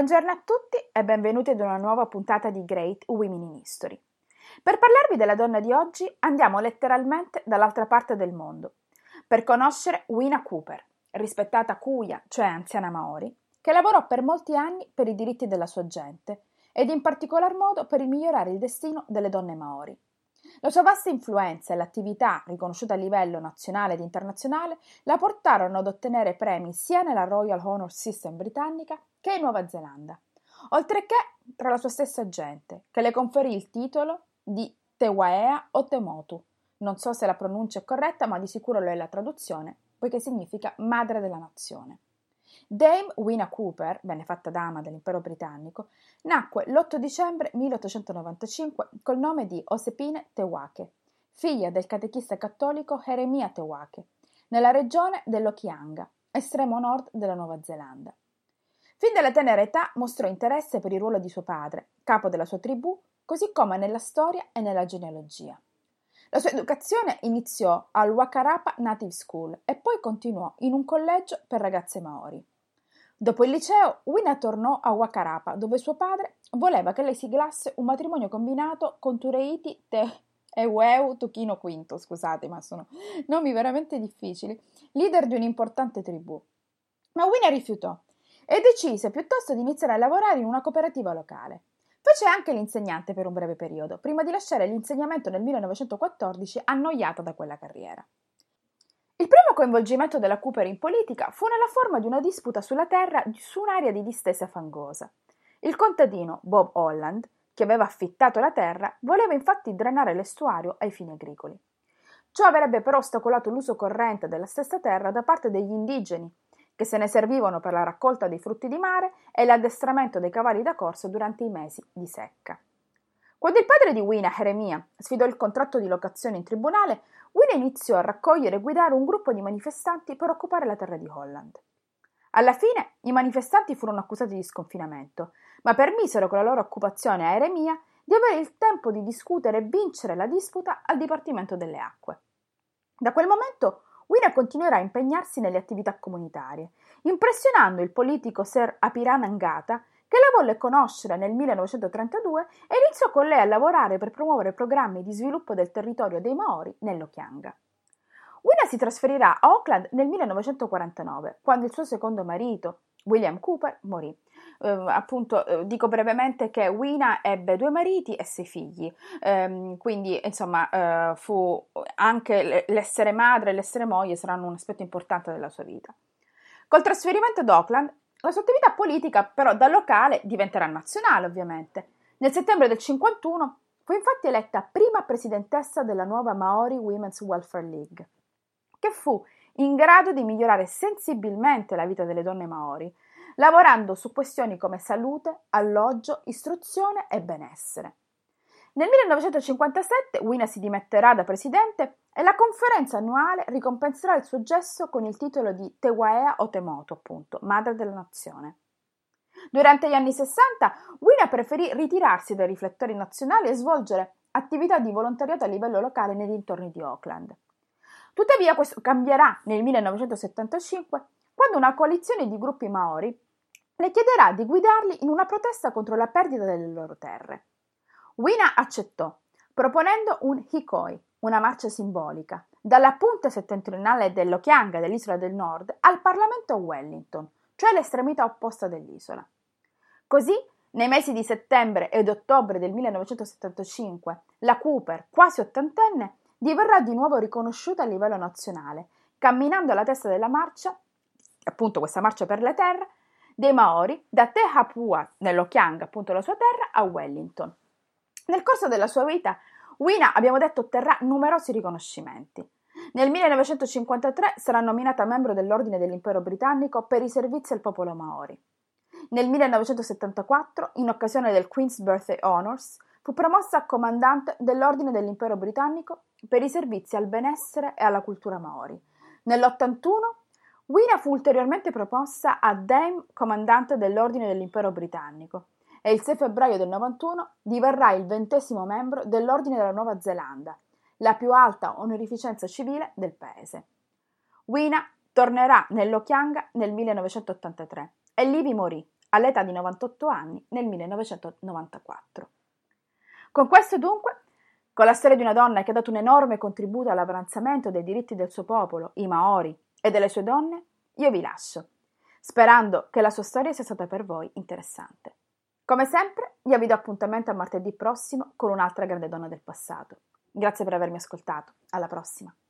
Buongiorno a tutti e benvenuti ad una nuova puntata di Great Women in History. Per parlarvi della donna di oggi andiamo letteralmente dall'altra parte del mondo, per conoscere Wina Cooper, rispettata cuya, cioè anziana Maori, che lavorò per molti anni per i diritti della sua gente ed in particolar modo per migliorare il destino delle donne Maori. La sua vasta influenza e l'attività, riconosciuta a livello nazionale ed internazionale, la portarono ad ottenere premi sia nella Royal Honour System britannica che in Nuova Zelanda, oltre che tra la sua stessa gente, che le conferì il titolo di Te Waea o Te Motu. Non so se la pronuncia è corretta, ma di sicuro lo è la traduzione, poiché significa madre della nazione. Dame Wina Cooper, benefatta dama dell'impero britannico, nacque l'8 dicembre 1895 col nome di Osepine Tewake, figlia del catechista cattolico Jeremia Tewake, nella regione dell'Okianga, estremo nord della Nuova Zelanda. Fin dalla tenera età mostrò interesse per il ruolo di suo padre, capo della sua tribù, così come nella storia e nella genealogia. La sua educazione iniziò al Wakarapa Native School e poi continuò in un collegio per ragazze maori. Dopo il liceo, Wina tornò a Wakarapa, dove suo padre voleva che lei siglasse un matrimonio combinato con Tureiti Te Eweu Tukino V, scusate, ma sono nomi veramente difficili, leader di un'importante tribù. Ma Wina rifiutò e decise piuttosto di iniziare a lavorare in una cooperativa locale. Fece anche l'insegnante per un breve periodo, prima di lasciare l'insegnamento nel 1914, annoiata da quella carriera. Il primo coinvolgimento della Cooper in politica fu nella forma di una disputa sulla terra su un'area di distesa fangosa. Il contadino Bob Holland, che aveva affittato la terra, voleva infatti drenare l'estuario ai fini agricoli. Ciò avrebbe però ostacolato l'uso corrente della stessa terra da parte degli indigeni, che se ne servivano per la raccolta dei frutti di mare e l'addestramento dei cavalli da corsa durante i mesi di secca. Quando il padre di Wina, Jeremia, sfidò il contratto di locazione in tribunale, Wina iniziò a raccogliere e guidare un gruppo di manifestanti per occupare la terra di Holland. Alla fine i manifestanti furono accusati di sconfinamento, ma permisero con la loro occupazione a Jeremia di avere il tempo di discutere e vincere la disputa al Dipartimento delle Acque. Da quel momento Wina continuerà a impegnarsi nelle attività comunitarie, impressionando il politico Sir Apiran Angata, che la volle conoscere nel 1932 e iniziò con lei a lavorare per promuovere programmi di sviluppo del territorio dei Maori nell'Okianga. Wina si trasferirà a Auckland nel 1949, quando il suo secondo marito, William Cooper, morì. Dico brevemente che Wina ebbe 2 mariti e 6 figli, quindi insomma fu anche l'essere madre e l'essere moglie saranno un aspetto importante della sua vita. Col trasferimento ad Auckland, la sua attività politica però da locale diventerà nazionale ovviamente. Nel settembre del 1951 fu infatti eletta prima presidentessa della nuova Maori Women's Welfare League, che fu in grado di migliorare sensibilmente la vita delle donne Maori, lavorando su questioni come salute, alloggio, istruzione e benessere. Nel 1957 Wina si dimetterà da presidente e la conferenza annuale ricompenserà il suo gesto con il titolo di Te Waea o Te Motu, appunto, madre della nazione. Durante gli anni 60 Wina preferì ritirarsi dai riflettori nazionali e svolgere attività di volontariato a livello locale nei dintorni di Auckland. Tuttavia questo cambierà nel 1975 quando una coalizione di gruppi Maori le chiederà di guidarli in una protesta contro la perdita delle loro terre. Wina accettò, proponendo un hikoi, una marcia simbolica, dalla punta settentrionale dell'Okianga dell'isola del Nord al Parlamento a Wellington, cioè l'estremità opposta dell'isola. Così, nei mesi di settembre ed ottobre del 1975, la Cooper, quasi ottantenne, diverrà di nuovo riconosciuta a livello nazionale, camminando alla testa della marcia, appunto questa marcia per la terra, dei Maori da Te Hapua, nell'Okianga, appunto la sua terra, a Wellington. Nel corso della sua vita, Wina, abbiamo detto, otterrà numerosi riconoscimenti. Nel 1953 sarà nominata membro dell'Ordine dell'Impero Britannico per i servizi al popolo Maori. Nel 1974, in occasione del Queen's Birthday Honours, fu promossa a comandante dell'Ordine dell'Impero Britannico per i servizi al benessere e alla cultura Maori. Nell'81 Wina fu ulteriormente proposta a Dame comandante dell'Ordine dell'Impero Britannico e il 6 febbraio del 91 diverrà il 20° membro dell'Ordine della Nuova Zelanda, la più alta onorificenza civile del paese. Wina tornerà nell'Okianga nel 1983 e lì vi morì, all'età di 98 anni nel 1994. Con questo dunque, con la storia di una donna che ha dato un enorme contributo all'avanzamento dei diritti del suo popolo, i Maori, e delle sue donne, io vi lascio, sperando che la sua storia sia stata per voi interessante. Come sempre, io vi do appuntamento a martedì prossimo con un'altra grande donna del passato. Grazie per avermi ascoltato. Alla prossima.